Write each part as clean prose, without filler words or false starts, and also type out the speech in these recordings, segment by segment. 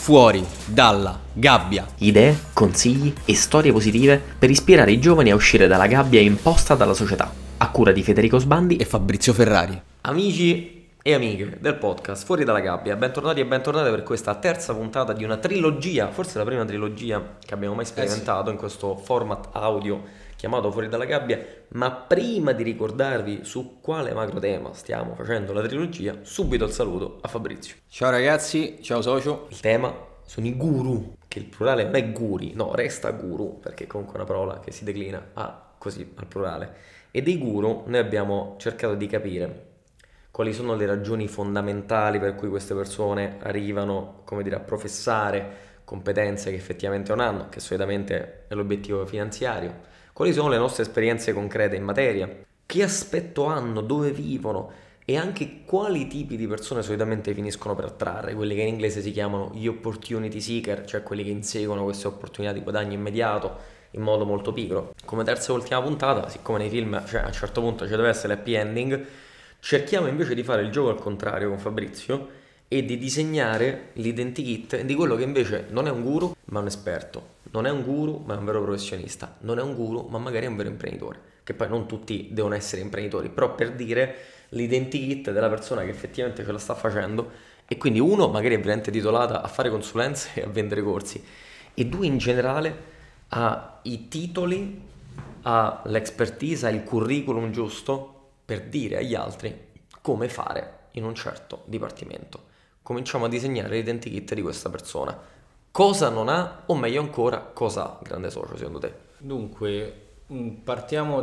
Fuori dalla gabbia. Idee, consigli e storie positive per ispirare i giovani a uscire dalla gabbia imposta dalla società. A cura di Federico Sbandi E Fabrizio Ferrari. Amici e amiche del podcast Fuori dalla gabbia, bentornati e bentornate per questa terza puntata di una trilogia, forse la prima trilogia che abbiamo mai sperimentato in questo format audio chiamato Fuori dalla gabbia. Ma prima di ricordarvi su quale macro tema stiamo facendo la trilogia, subito il saluto a Fabrizio. Ciao ragazzi, ciao socio. Il tema sono i guru, che il plurale non è guri, no, resta guru, perché comunque è una parola che si declina così al plurale. E dei guru noi abbiamo cercato di capire quali sono le ragioni fondamentali per cui queste persone arrivano, a professare competenze che effettivamente non hanno, che solitamente è l'obiettivo finanziario. Quali sono le nostre esperienze concrete in materia? Che aspetto hanno? Dove vivono? E anche quali tipi di persone solitamente finiscono per attrarre, quelli che in inglese si chiamano gli opportunity seeker, cioè quelli che inseguono queste opportunità di guadagno immediato in modo molto pigro. Come terza e ultima puntata, siccome nei film a un certo punto ci deve essere l'happy ending, cerchiamo invece di fare il gioco al contrario con Fabrizio e di disegnare l'identikit di quello che invece non è un guru ma è un esperto, non è un guru ma è un vero professionista, non è un guru ma magari è un vero imprenditore, che poi non tutti devono essere imprenditori, però per dire l'identikit della persona che effettivamente ce la sta facendo. E quindi uno magari è veramente titolata a fare consulenze e a vendere corsi, e due in generale ha i titoli, ha l'expertise, ha il curriculum giusto per dire agli altri come fare in un certo dipartimento. Cominciamo a disegnare l'identikit di questa persona. Cosa non ha, o meglio ancora, cosa ha, grande socio, secondo te? Dunque, partiamo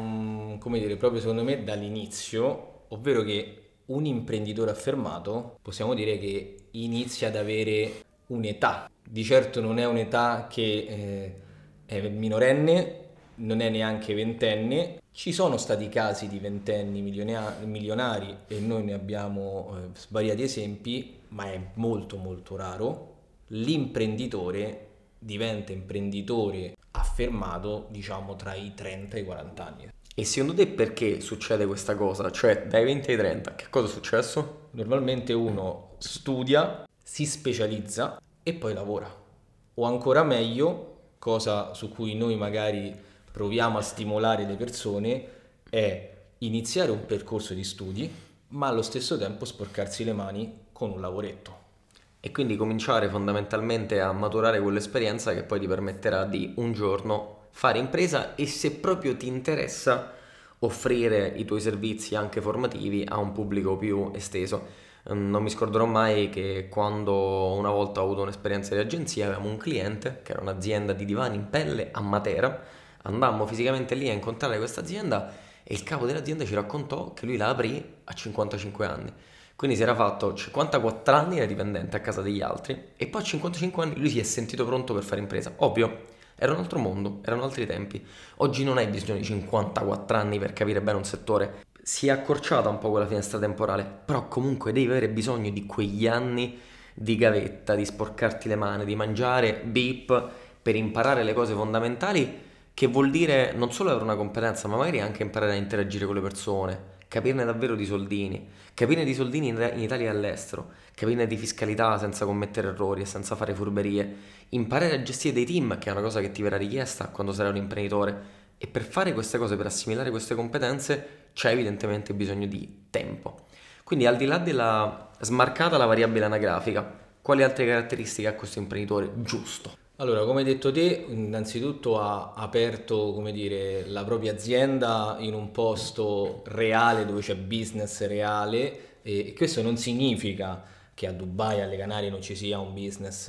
proprio secondo me dall'inizio, ovvero che un imprenditore affermato possiamo dire che inizia ad avere un'età. Di certo non è un'età che è minorenne, non è neanche ventenne. Ci sono stati casi di ventenni milionari e noi ne abbiamo svariati esempi, ma è molto molto raro. L'imprenditore diventa imprenditore affermato, diciamo, tra i 30 e i 40 anni. E secondo te perché succede questa cosa? Cioè, dai 20 ai 30, che cosa è successo? Normalmente uno studia, si specializza e poi lavora. O ancora meglio, cosa su cui noi magari proviamo a stimolare le persone, è iniziare un percorso di studi, ma allo stesso tempo sporcarsi le mani con un lavoretto. E quindi cominciare fondamentalmente a maturare quell'esperienza che poi ti permetterà di un giorno fare impresa, e se proprio ti interessa offrire i tuoi servizi anche formativi a un pubblico più esteso. Non mi scorderò mai che quando una volta ho avuto un'esperienza di agenzia, avevamo un cliente che era un'azienda di divani in pelle a Matera. Andammo fisicamente lì a incontrare questa azienda e il capo dell'azienda ci raccontò che lui la aprì a 55 anni. Quindi si era fatto 54 anni da dipendente a casa degli altri e poi a 55 anni lui si è sentito pronto per fare impresa. Ovvio, era un altro mondo, erano altri tempi. Oggi non hai bisogno di 54 anni per capire bene un settore. Si è accorciata un po' quella finestra temporale, però comunque devi avere bisogno di quegli anni di gavetta, di sporcarti le mani, di mangiare beep per imparare le cose fondamentali, che vuol dire non solo avere una competenza, ma magari anche imparare a interagire con le persone, capirne davvero di soldini, capirne di soldini in Italia e all'estero, capirne di fiscalità senza commettere errori e senza fare furberie, imparare a gestire dei team, che è una cosa che ti verrà richiesta quando sarai un imprenditore. E per fare queste cose, per assimilare queste competenze, c'è evidentemente bisogno di tempo. Quindi, al di là della smarcata la variabile anagrafica, quali altre caratteristiche ha questo imprenditore giusto? Allora, come hai detto te, innanzitutto ha aperto, la propria azienda in un posto reale dove c'è business reale, e questo non significa che a Dubai, alle Canarie non ci sia un business,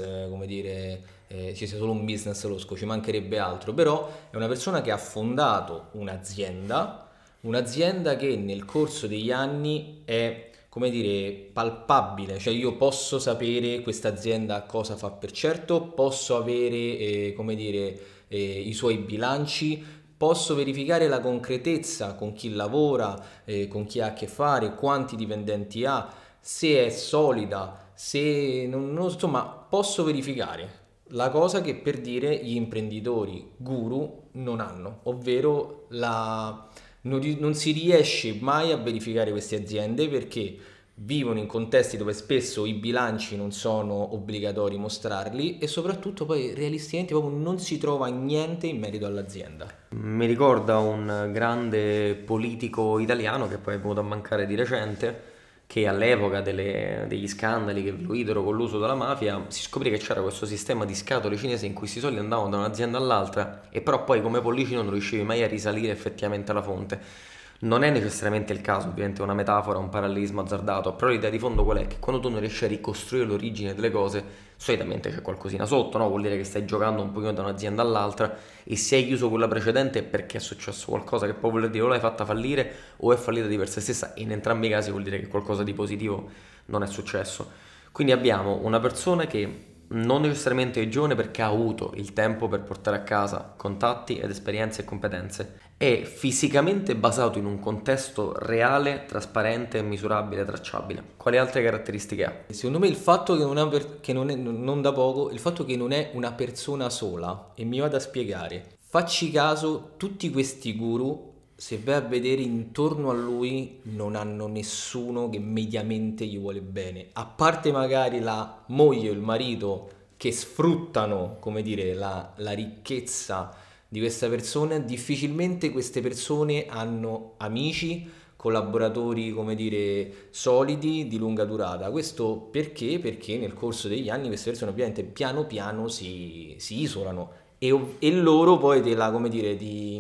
ci sia solo un business losco, ci mancherebbe altro, però è una persona che ha fondato un'azienda che nel corso degli anni è palpabile, cioè io posso sapere questa azienda cosa fa per certo, posso avere i suoi bilanci, posso verificare la concretezza con chi lavora, con chi ha a che fare, quanti dipendenti ha, se è solida, se non insomma posso verificare la cosa che, per dire, gli imprenditori guru non hanno, ovvero non si riesce mai a verificare queste aziende, perché vivono in contesti dove spesso i bilanci non sono obbligatori mostrarli e soprattutto poi realisticamente proprio non si trova niente in merito all'azienda. Mi ricorda un grande politico italiano che poi è venuto a mancare di recente, che all'epoca degli scandali che lo videro con l'uso della mafia si scoprì che c'era questo sistema di scatole cinese in cui questi soldi andavano da un'azienda all'altra e però poi come Pollicino non riuscivi mai a risalire effettivamente alla fonte. Non è necessariamente il caso, ovviamente è una metafora, un parallelismo azzardato, però l'idea di fondo qual è? Che quando tu non riesci a ricostruire l'origine delle cose, solitamente c'è qualcosina sotto, no? Vuol dire che stai giocando un pochino da un'azienda all'altra e se hai chiuso quella precedente è perché è successo qualcosa che può voler dire o l'hai fatta fallire o è fallita di per sé stessa e in entrambi i casi vuol dire che qualcosa di positivo non è successo. Quindi abbiamo una persona che non necessariamente è giovane perché ha avuto il tempo per portare a casa contatti ed esperienze e competenze, è fisicamente basato in un contesto reale, trasparente, misurabile, tracciabile. Quali altre caratteristiche ha? Secondo me il fatto che non è, non da poco, il fatto che non è una persona sola, e mi vado a spiegare. Facci caso, tutti questi guru, se vai a vedere intorno a lui, non hanno nessuno che mediamente gli vuole bene, a parte magari la moglie o il marito che sfruttano, come dire, la ricchezza di questa persona. Difficilmente queste persone hanno amici, collaboratori, come dire, solidi di lunga durata. Questo perché? Perché nel corso degli anni queste persone ovviamente piano piano si isolano e loro poi come dire,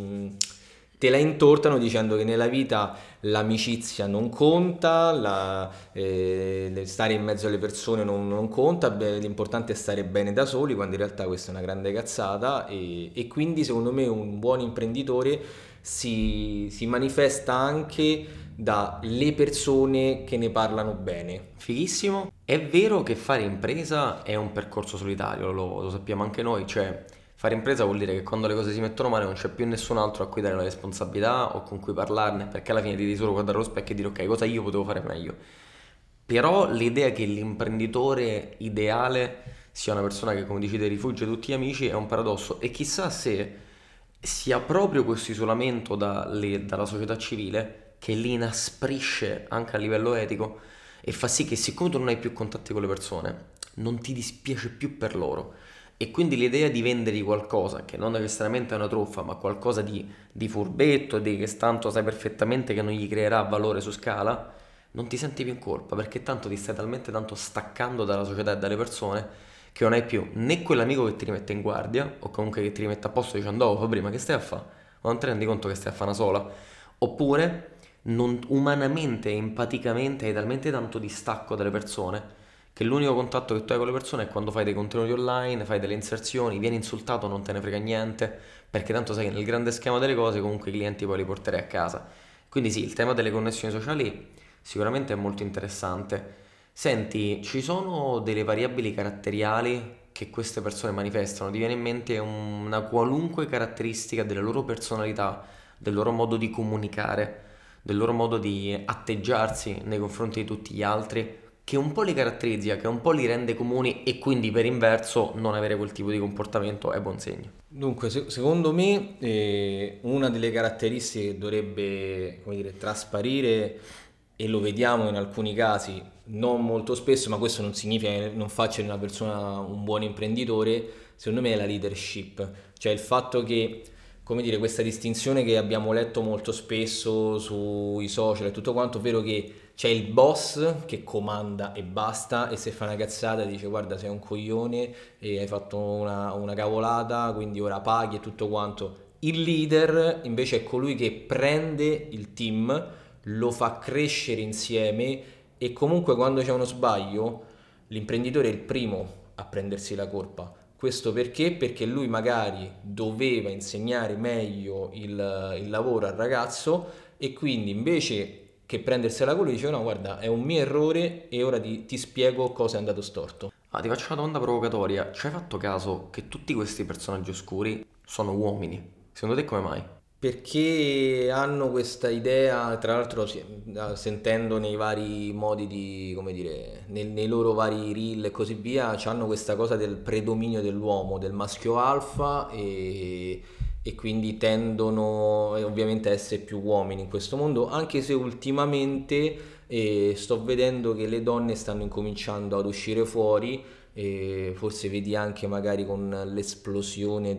te la intortano dicendo che nella vita l'amicizia non conta, stare in mezzo alle persone non conta, l'importante è stare bene da soli, quando in realtà questa è una grande cazzata e quindi secondo me un buon imprenditore si manifesta anche dalle persone che ne parlano bene. Fighissimo. È vero che fare impresa è un percorso solitario, lo sappiamo anche noi, cioè fare impresa vuol dire che quando le cose si mettono male non c'è più nessun altro a cui dare la responsabilità o con cui parlarne, perché alla fine ti devi solo guardare allo specchio e dire ok, cosa io potevo fare meglio. Però l'idea che l'imprenditore ideale sia una persona che, come dicete, rifugia tutti gli amici è un paradosso e chissà se sia proprio questo isolamento dalla società civile che li inasprisce anche a livello etico e fa sì che siccome tu non hai più contatti con le persone, non ti dispiace più per loro. E quindi l'idea di vendergli qualcosa che non necessariamente è una truffa, ma qualcosa di furbetto, di che tanto sai perfettamente che non gli creerà valore su scala, non ti senti più in colpa perché tanto ti stai talmente tanto staccando dalla società e dalle persone che non hai più né quell'amico che ti rimette in guardia o comunque che ti rimette a posto dicendo oh Fabri ma che stai a fare? Ma non ti rendi conto che stai a fare una sola? Oppure umanamente e empaticamente hai talmente tanto distacco dalle persone che l'unico contatto che tu hai con le persone è quando fai dei contenuti online, fai delle inserzioni, vieni insultato, non te ne frega niente, perché tanto sai che nel grande schema delle cose comunque i clienti poi li porterai a casa. Quindi sì, il tema delle connessioni sociali sicuramente è molto interessante. Senti, ci sono delle variabili caratteriali che queste persone manifestano? Ti viene in mente una qualunque caratteristica della loro personalità, del loro modo di comunicare, del loro modo di atteggiarsi nei confronti di tutti gli altri, che un po' li caratterizza, che un po' li rende comuni e quindi per inverso non avere quel tipo di comportamento è buon segno. Dunque, secondo me una delle caratteristiche che dovrebbe, come dire, trasparire, e lo vediamo in alcuni casi, non molto spesso, ma questo non significa che non faccia di una persona un buon imprenditore, secondo me è la leadership, cioè il fatto che, come dire, questa distinzione che abbiamo letto molto spesso sui social e tutto quanto, ovvero che c'è il boss che comanda e basta, e se fa una cazzata dice guarda sei un coglione e hai fatto una cavolata, quindi ora paghi e tutto quanto. Il leader invece è colui che prende il team, lo fa crescere insieme e comunque quando c'è uno sbaglio l'imprenditore è il primo a prendersi la colpa. Questo perché? Perché lui magari doveva insegnare meglio il lavoro al ragazzo e quindi invece che prendersela con lui dice no guarda è un mio errore e ora ti spiego cosa è andato storto. Ti faccio una domanda provocatoria. Ci hai fatto caso che tutti questi personaggi oscuri sono uomini? Secondo te come mai? Perché hanno questa idea, tra l'altro sentendo nei vari modi di, come dire, nei loro vari reel e così via, hanno questa cosa del predominio dell'uomo, del maschio alfa e quindi tendono ovviamente a essere più uomini in questo mondo, anche se ultimamente e sto vedendo che le donne stanno incominciando ad uscire fuori, e forse vedi anche magari con l'esplosione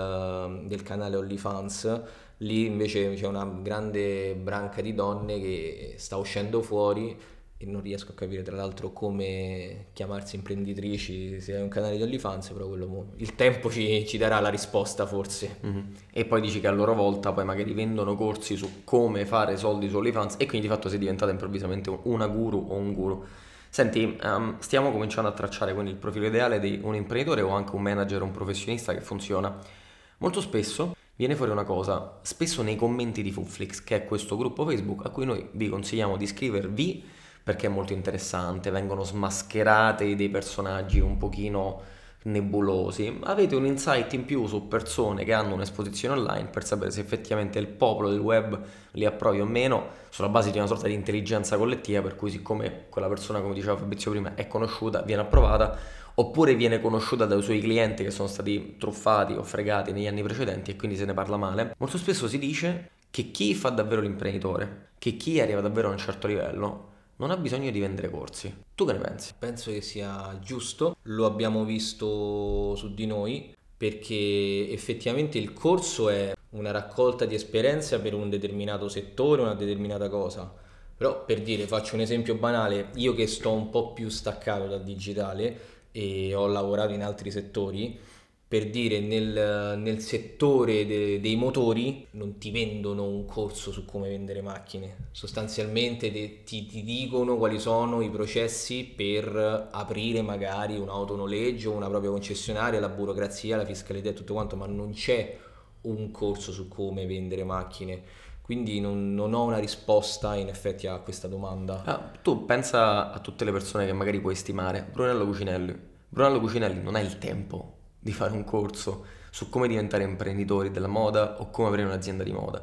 del canale OnlyFans. Lì invece c'è una grande branca di donne che sta uscendo fuori e non riesco a capire tra l'altro come chiamarsi imprenditrici se hai un canale di OnlyFans, però il tempo ci darà la risposta forse. E poi dici che a loro volta poi magari vendono corsi su come fare soldi su OnlyFans e quindi di fatto sei diventata improvvisamente una guru o un guru. Senti, stiamo cominciando a tracciare quindi il profilo ideale di un imprenditore o anche un manager, un professionista che funziona. Molto spesso viene fuori una cosa, spesso nei commenti di Foodflix, che è questo gruppo Facebook a cui noi vi consigliamo di iscrivervi perché è molto interessante, vengono smascherate dei personaggi un pochino nebulosi, avete un insight in più su persone che hanno un'esposizione online per sapere se effettivamente il popolo del web li approvi o meno, sulla base di una sorta di intelligenza collettiva, per cui siccome quella persona, come diceva Fabrizio prima, è conosciuta, viene approvata, oppure viene conosciuta dai suoi clienti che sono stati truffati o fregati negli anni precedenti e quindi se ne parla male. Molto spesso si dice che chi fa davvero l'imprenditore, che chi arriva davvero a un certo livello, non ha bisogno di vendere corsi. Tu che ne pensi? Penso che sia giusto, lo abbiamo visto su di noi, perché effettivamente il corso è una raccolta di esperienza per un determinato settore, una determinata cosa. Però per dire, faccio un esempio banale, io che sto un po' più staccato dal digitale e ho lavorato in altri settori, per dire nel settore dei motori non ti vendono un corso su come vendere macchine, sostanzialmente ti dicono quali sono i processi per aprire magari un autonoleggio, una propria concessionaria, la burocrazia, la fiscalità e tutto quanto, ma non c'è un corso su come vendere macchine. Quindi non ho una risposta in effetti a questa domanda. Tu pensa a tutte le persone che magari puoi stimare. Brunello Cucinelli. Brunello Cucinelli non ha il tempo di fare un corso su come diventare imprenditori della moda o come aprire un'azienda di moda.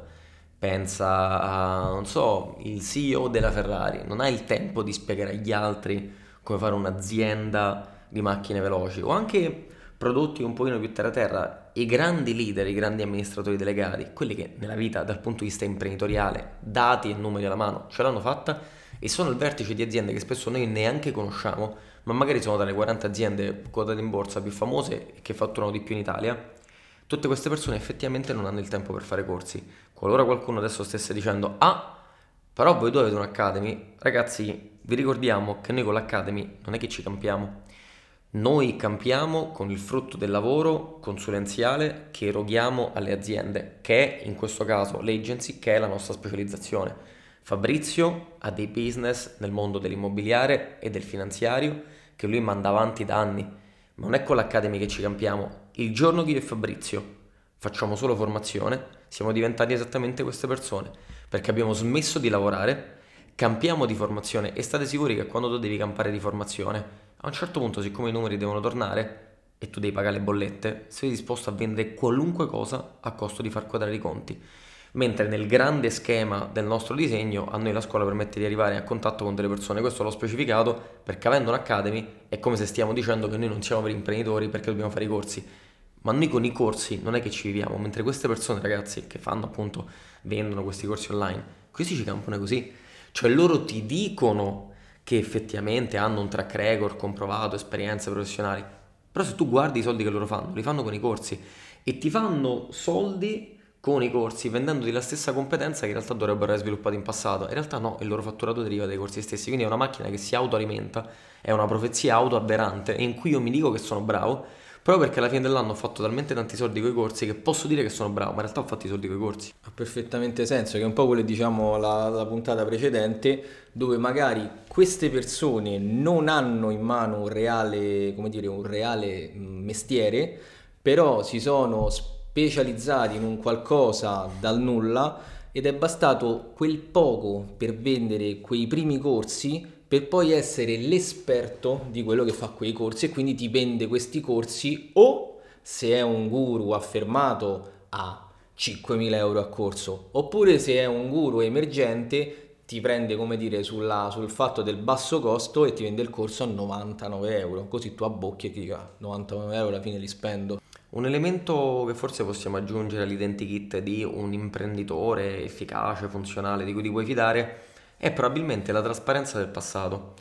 Pensa a, non so, il CEO della Ferrari. Non ha il tempo di spiegare agli altri come fare un'azienda di macchine veloci o anche prodotti un pochino più terra-terra. I grandi leader, i grandi amministratori delegati, quelli che nella vita dal punto di vista imprenditoriale, dati e numeri alla mano, ce l'hanno fatta e sono al vertice di aziende che spesso noi neanche conosciamo, ma magari sono tra le 40 aziende quotate in borsa più famose e che fatturano di più in Italia. Tutte queste persone effettivamente non hanno il tempo per fare corsi. Qualora qualcuno adesso stesse dicendo però voi due avete un'Academy, ragazzi, vi ricordiamo che noi con l'Academy non è che ci campiamo. Noi campiamo con il frutto del lavoro consulenziale che eroghiamo alle aziende, che è in questo caso l'agency, che è la nostra specializzazione. Fabrizio ha dei business nel mondo dell'immobiliare e del finanziario che lui manda avanti da anni, ma non è con l'Academy che ci campiamo. Il giorno che io e Fabrizio facciamo solo formazione, siamo diventati esattamente queste persone, perché abbiamo smesso di lavorare, campiamo di formazione e state sicuri che quando tu devi campare di formazione, a un certo punto, siccome i numeri devono tornare e tu devi pagare le bollette, sei disposto a vendere qualunque cosa a costo di far quadrare i conti. Mentre nel grande schema del nostro disegno a noi la scuola permette di arrivare a contatto con delle persone. Questo l'ho specificato perché avendo un'Academy è come se stiamo dicendo che noi non siamo per imprenditori perché dobbiamo fare i corsi. Ma noi con i corsi non è che ci viviamo, mentre queste persone, ragazzi, che fanno appunto, vendono questi corsi online, questi ci campano così. Cioè loro ti dicono che effettivamente hanno un track record comprovato, esperienze professionali, però se tu guardi i soldi che loro fanno, li fanno con i corsi e ti fanno soldi con i corsi vendendoti la stessa competenza che in realtà dovrebbero aver sviluppato in passato. In realtà no, il loro fatturato deriva dai corsi stessi, quindi è una macchina che si autoalimenta, è una profezia autoavverante in cui io mi dico che sono bravo proprio perché alla fine dell'anno ho fatto talmente tanti soldi con i corsi che posso dire che sono bravo, ma in realtà ho fatto i soldi con i corsi. Ha perfettamente senso, che è un po' quello che diciamo la puntata precedente, dove magari queste persone non hanno in mano un reale, come dire, un reale mestiere, però si sono specializzati in un qualcosa dal nulla ed è bastato quel poco per vendere quei primi corsi per poi essere l'esperto di quello che fa quei corsi e quindi ti vende questi corsi o se è un guru affermato a 5.000 euro a corso, oppure se è un guru emergente ti prende, come dire, sul fatto del basso costo e ti vende il corso a 99 euro, così tu abbocchi e ti dici 99 euro alla fine li spendo. Un elemento che forse possiamo aggiungere all'identikit di un imprenditore efficace, funzionale, di cui ti puoi fidare, È probabilmente la trasparenza del passato.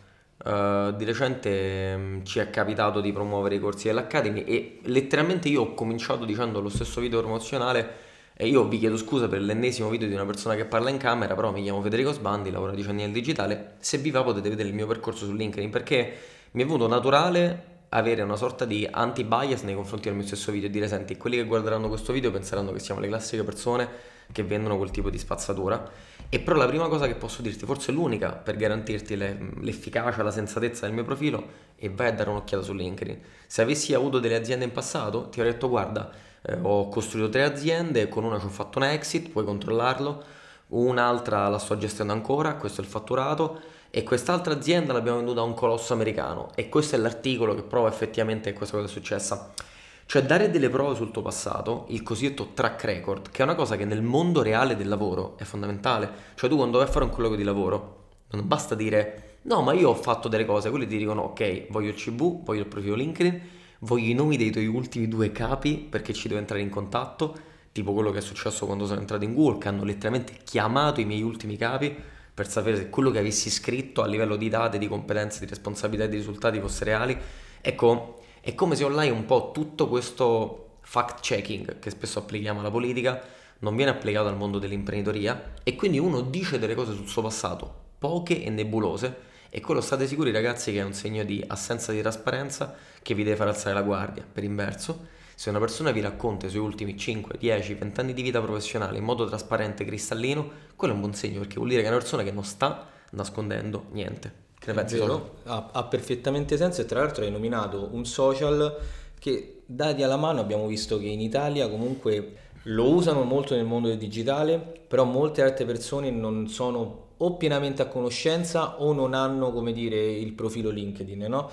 Di recente ci è capitato di promuovere i corsi dell'Academy e letteralmente io ho cominciato dicendo lo stesso video promozionale e io vi chiedo scusa per l'ennesimo video di una persona che parla in camera, però mi chiamo Federico Sbandi, lavoro 10 anni nel digitale, se vi va potete vedere il mio percorso su LinkedIn perché mi è venuto naturale avere una sorta di anti-bias nei confronti del mio stesso video e dire senti, quelli che guarderanno questo video penseranno che siamo le classiche persone che vendono quel tipo di spazzatura e però la prima cosa che posso dirti, forse l'unica per garantirti l'efficacia, la sensatezza del mio profilo è vai a dare un'occhiata su LinkedIn. Se avessi avuto delle aziende in passato ti avrei detto guarda, ho costruito 3 aziende, con una ci ho fatto una exit, puoi controllarlo, un'altra la sto gestendo ancora, questo è il fatturato e quest'altra azienda l'abbiamo venduta a un colosso americano e questo è l'articolo che prova effettivamente che questa cosa è successa. Cioè dare delle prove sul tuo passato, il cosiddetto track record, che è una cosa che nel mondo reale del lavoro è fondamentale. Cioè tu quando vai a fare un colloquio di lavoro, non basta dire no ma io ho fatto delle cose, quelli ti dicono ok, voglio il CV, voglio il profilo LinkedIn, voglio i nomi dei tuoi ultimi 2 capi perché ci devo entrare in contatto, tipo quello che è successo quando sono entrato in Google, che hanno letteralmente chiamato i miei ultimi capi per sapere se quello che avessi scritto a livello di date, di competenze, di responsabilità e di risultati fosse reali. Ecco, è come se online un po' tutto questo fact checking che spesso applichiamo alla politica non viene applicato al mondo dell'imprenditoria e quindi uno dice delle cose sul suo passato, poche e nebulose, e quello state sicuri ragazzi che è un segno di assenza di trasparenza che vi deve far alzare la guardia. Per inverso, se una persona vi racconta i suoi ultimi 5, 10, 20 anni di vita professionale in modo trasparente e cristallino, quello è un buon segno perché vuol dire che è una persona che non sta nascondendo niente. Che ne pensi? Vero? Ha perfettamente senso e tra l'altro hai nominato un social che dati alla mano abbiamo visto che in Italia comunque lo usano molto nel mondo del digitale, però molte altre persone non sono o pienamente a conoscenza o non hanno, come dire, il profilo LinkedIn, no?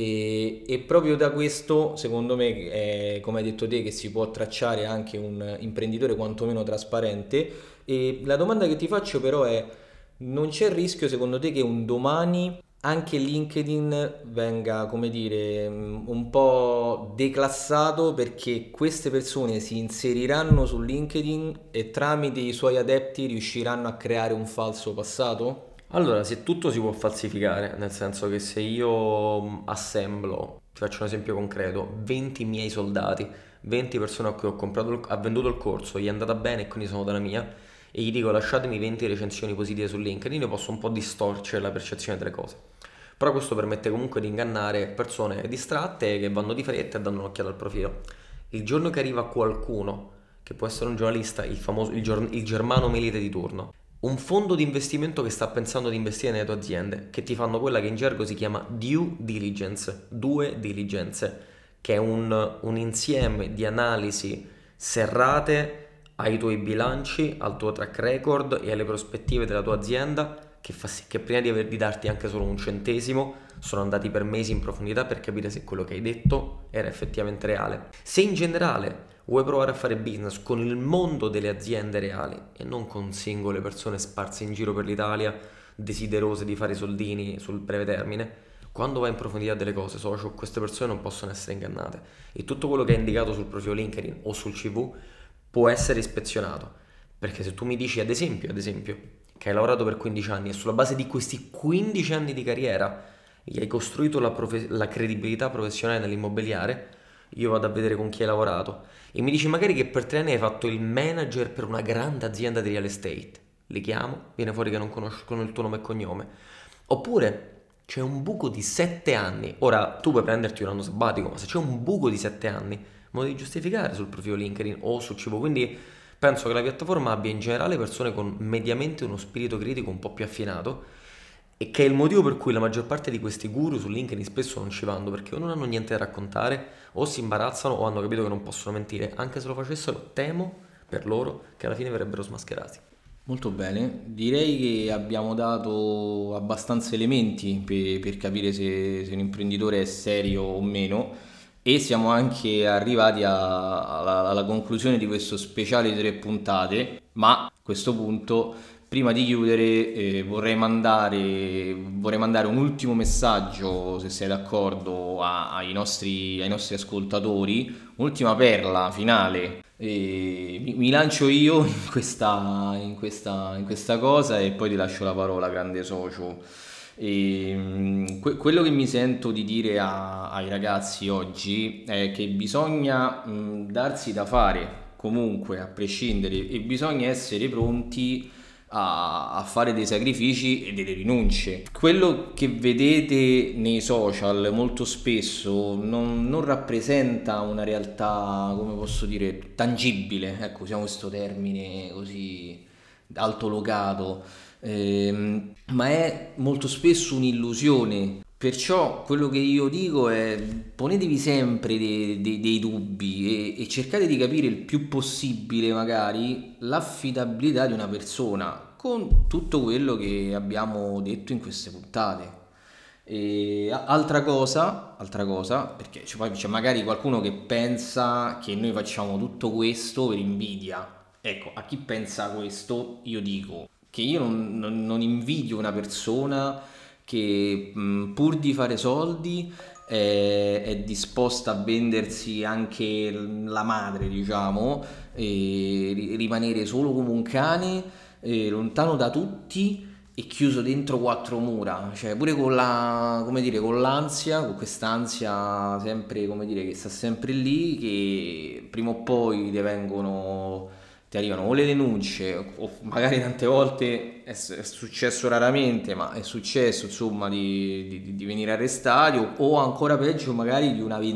E proprio da questo, secondo me, è, come hai detto te, che si può tracciare anche un imprenditore quantomeno trasparente. E la domanda che ti faccio però è, non c'è il rischio secondo te che un domani anche LinkedIn venga, come dire, un po' declassato perché queste persone si inseriranno su LinkedIn e tramite i suoi adepti riusciranno a creare un falso passato? Allora, se tutto si può falsificare, nel senso che se io assemblo, ti faccio un esempio concreto, 20 miei soldati, 20 persone a cui ho comprato, ha venduto il corso, gli è andata bene e quindi sono dalla mia, e gli dico lasciatemi 20 recensioni positive su LinkedIn, io posso un po' distorcere la percezione delle cose. Però questo permette comunque di ingannare persone distratte che vanno di fretta e danno un'occhiata al profilo. Il giorno che arriva qualcuno, che può essere un giornalista, il famoso, il Germano Melite di turno, un fondo di investimento che sta pensando di investire nelle tue aziende, che ti fanno quella che in gergo si chiama due diligence, due diligenze, che è un insieme di analisi serrate ai tuoi bilanci, al tuo track record e alle prospettive della tua azienda, che fa sì che prima di darti anche solo un centesimo, sono andati per mesi in profondità per capire se quello che hai detto era effettivamente reale. Se in generale vuoi provare a fare business con il mondo delle aziende reali e non con singole persone sparse in giro per l'Italia, desiderose di fare i soldini sul breve termine, quando vai in profondità delle cose, socio, queste persone non possono essere ingannate e tutto quello che è indicato sul profilo LinkedIn o sul CV può essere ispezionato. Perché se tu mi dici ad esempio, che hai lavorato per 15 anni e sulla base di questi 15 anni di carriera gli hai costruito la credibilità professionale nell'immobiliare, io vado a vedere con chi hai lavorato e mi dici magari che per 3 anni hai fatto il manager per una grande azienda di real estate, li chiamo, viene fuori che non conoscono il tuo nome e cognome, oppure c'è un buco di 7 anni, ora tu puoi prenderti un anno sabbatico, ma se c'è un buco di 7 anni, me lo devi giustificare sul profilo LinkedIn o sul CV, quindi penso che la piattaforma abbia in generale persone con mediamente uno spirito critico un po' più affinato e che è il motivo per cui la maggior parte di questi guru su LinkedIn spesso non ci vanno perché o non hanno niente da raccontare o si imbarazzano o hanno capito che non possono mentire. Anche se lo facessero, temo per loro che alla fine verrebbero smascherati. Molto bene, direi che abbiamo dato abbastanza elementi per capire se un imprenditore è serio o meno e siamo anche arrivati alla conclusione di questo speciale di 3 puntate, ma a questo punto Prima di chiudere vorrei mandare un ultimo messaggio, se sei d'accordo, ai nostri ascoltatori, un'ultima perla finale. Mi lancio io in questa cosa e poi ti lascio la parola, grande socio. Quello che mi sento di dire ai ragazzi oggi è che bisogna darsi da fare comunque, a prescindere, e bisogna essere pronti a fare dei sacrifici e delle rinunce. Quello che vedete nei social molto spesso non rappresenta una realtà, come posso dire, tangibile, ecco, usiamo questo termine così altolocato, ma è molto spesso un'illusione. Perciò quello che io dico è ponetevi sempre dei dubbi e cercate di capire il più possibile magari l'affidabilità di una persona con tutto quello che abbiamo detto in queste puntate. Altra cosa, perché poi c'è magari qualcuno che pensa che noi facciamo tutto questo per invidia. Ecco, a chi pensa questo io dico che io non invidio una persona che pur di fare soldi è disposta a vendersi anche la madre, diciamo, e rimanere solo come un cane, lontano da tutti e chiuso dentro quattro mura, cioè pure con come dire, con l'ansia, con quest'ansia sempre, come dire, che sta sempre lì, che prima o poi ti arrivano o le denunce o magari tante volte è successo raramente, ma è successo insomma di venire arrestati o ancora peggio magari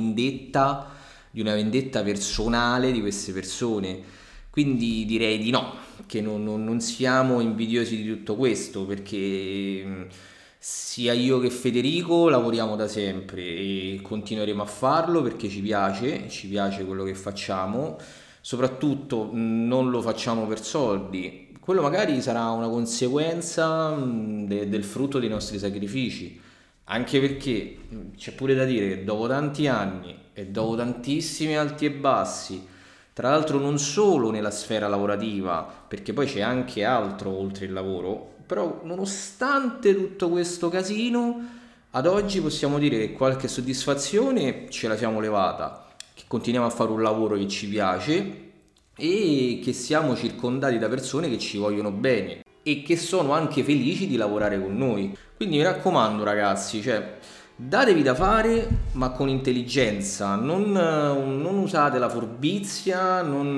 di una vendetta personale di queste persone. Quindi direi di no, che non siamo invidiosi di tutto questo, perché sia io che Federico lavoriamo da sempre e continueremo a farlo perché ci piace quello che facciamo. Soprattutto non lo facciamo per soldi, quello magari sarà una conseguenza del frutto dei nostri sacrifici, anche perché c'è pure da dire che dopo tanti anni e dopo tantissimi alti e bassi, tra l'altro non solo nella sfera lavorativa, perché poi c'è anche altro oltre il lavoro, però nonostante tutto questo casino, ad oggi possiamo dire che qualche soddisfazione ce la siamo levata, che continuiamo a fare un lavoro che ci piace e che siamo circondati da persone che ci vogliono bene e che sono anche felici di lavorare con noi. Quindi mi raccomando ragazzi, cioè datevi da fare ma con intelligenza, non usate la furbizia,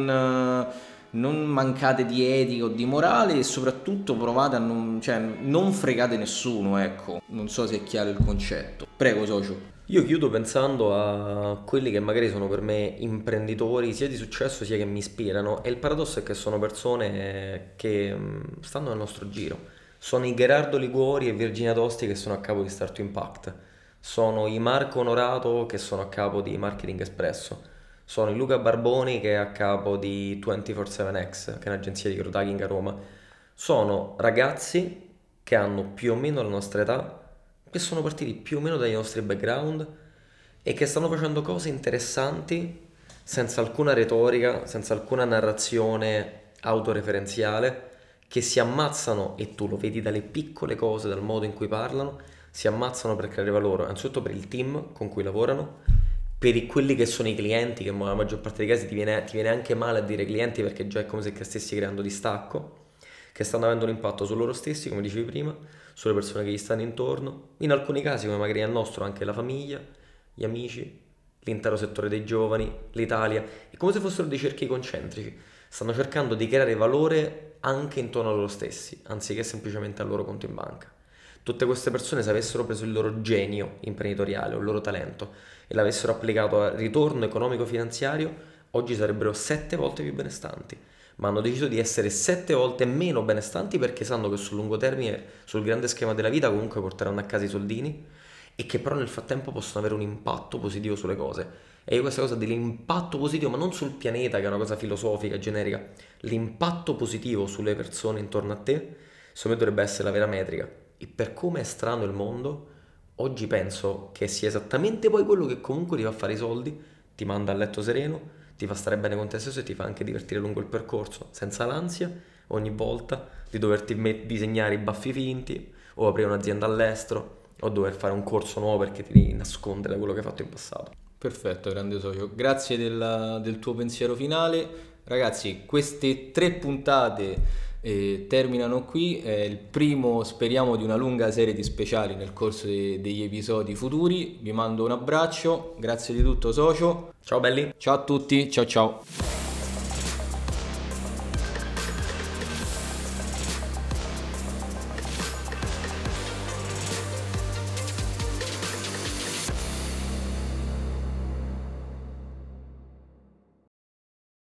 non mancate di etica o di morale e soprattutto provate a non fregate nessuno, ecco. Non so se è chiaro il concetto. Prego socio. Io chiudo pensando a quelli che magari sono per me imprenditori sia di successo sia che mi ispirano, e il paradosso è che sono persone che stanno nel nostro giro. Sono i Gerardo Liguori e Virginia Tosti che sono a capo di Start to Impact, sono i Marco Onorato che sono a capo di Marketing Espresso, sono i Luca Barboni che è a capo di 24/7X, che è un'agenzia di crowdfunding a Roma. Sono ragazzi che hanno più o meno la nostra età, che sono partiti più o meno dai nostri background e che stanno facendo cose interessanti senza alcuna retorica, senza alcuna narrazione autoreferenziale, che si ammazzano, e tu lo vedi dalle piccole cose, dal modo in cui parlano, si ammazzano per creare valore, innanzitutto per il team con cui lavorano, per quelli che sono i clienti, che nella maggior parte dei casi ti viene anche male a dire clienti perché già è come se stessi creando distacco, che stanno avendo un impatto su loro stessi, come dicevi prima, sulle persone che gli stanno intorno, in alcuni casi come magari al nostro anche la famiglia, gli amici, l'intero settore dei giovani, l'Italia, è come se fossero dei cerchi concentrici, stanno cercando di creare valore anche intorno a loro stessi, anziché semplicemente al loro conto in banca. Tutte queste persone, se avessero preso il loro genio imprenditoriale o il loro talento e l'avessero applicato al ritorno economico-finanziario, oggi sarebbero 7 volte più benestanti, ma hanno deciso di essere 7 volte meno benestanti perché sanno che sul lungo termine, sul grande schema della vita, comunque porteranno a casa i soldini e che però nel frattempo possono avere un impatto positivo sulle cose. E io questa cosa dell'impatto positivo, ma non sul pianeta, che è una cosa filosofica, generica, l'impatto positivo sulle persone intorno a te, secondo me dovrebbe essere la vera metrica. E per come è strano il mondo, oggi penso che sia esattamente poi quello che comunque ti fa fare i soldi, ti manda a letto sereno, ti fa stare bene con te stesso e ti fa anche divertire lungo il percorso, senza l'ansia, ogni volta, di doverti disegnare i baffi finti o aprire un'azienda all'estero o dover fare un corso nuovo perché ti devi nascondere da quello che hai fatto in passato. Perfetto, grande socio. Grazie del tuo pensiero finale. Ragazzi, queste 3 puntate terminano qui. È il primo, speriamo, di una lunga serie di speciali nel corso degli episodi futuri. Vi mando un abbraccio. Grazie di tutto, socio. Ciao belli! Ciao a tutti. Ciao ciao.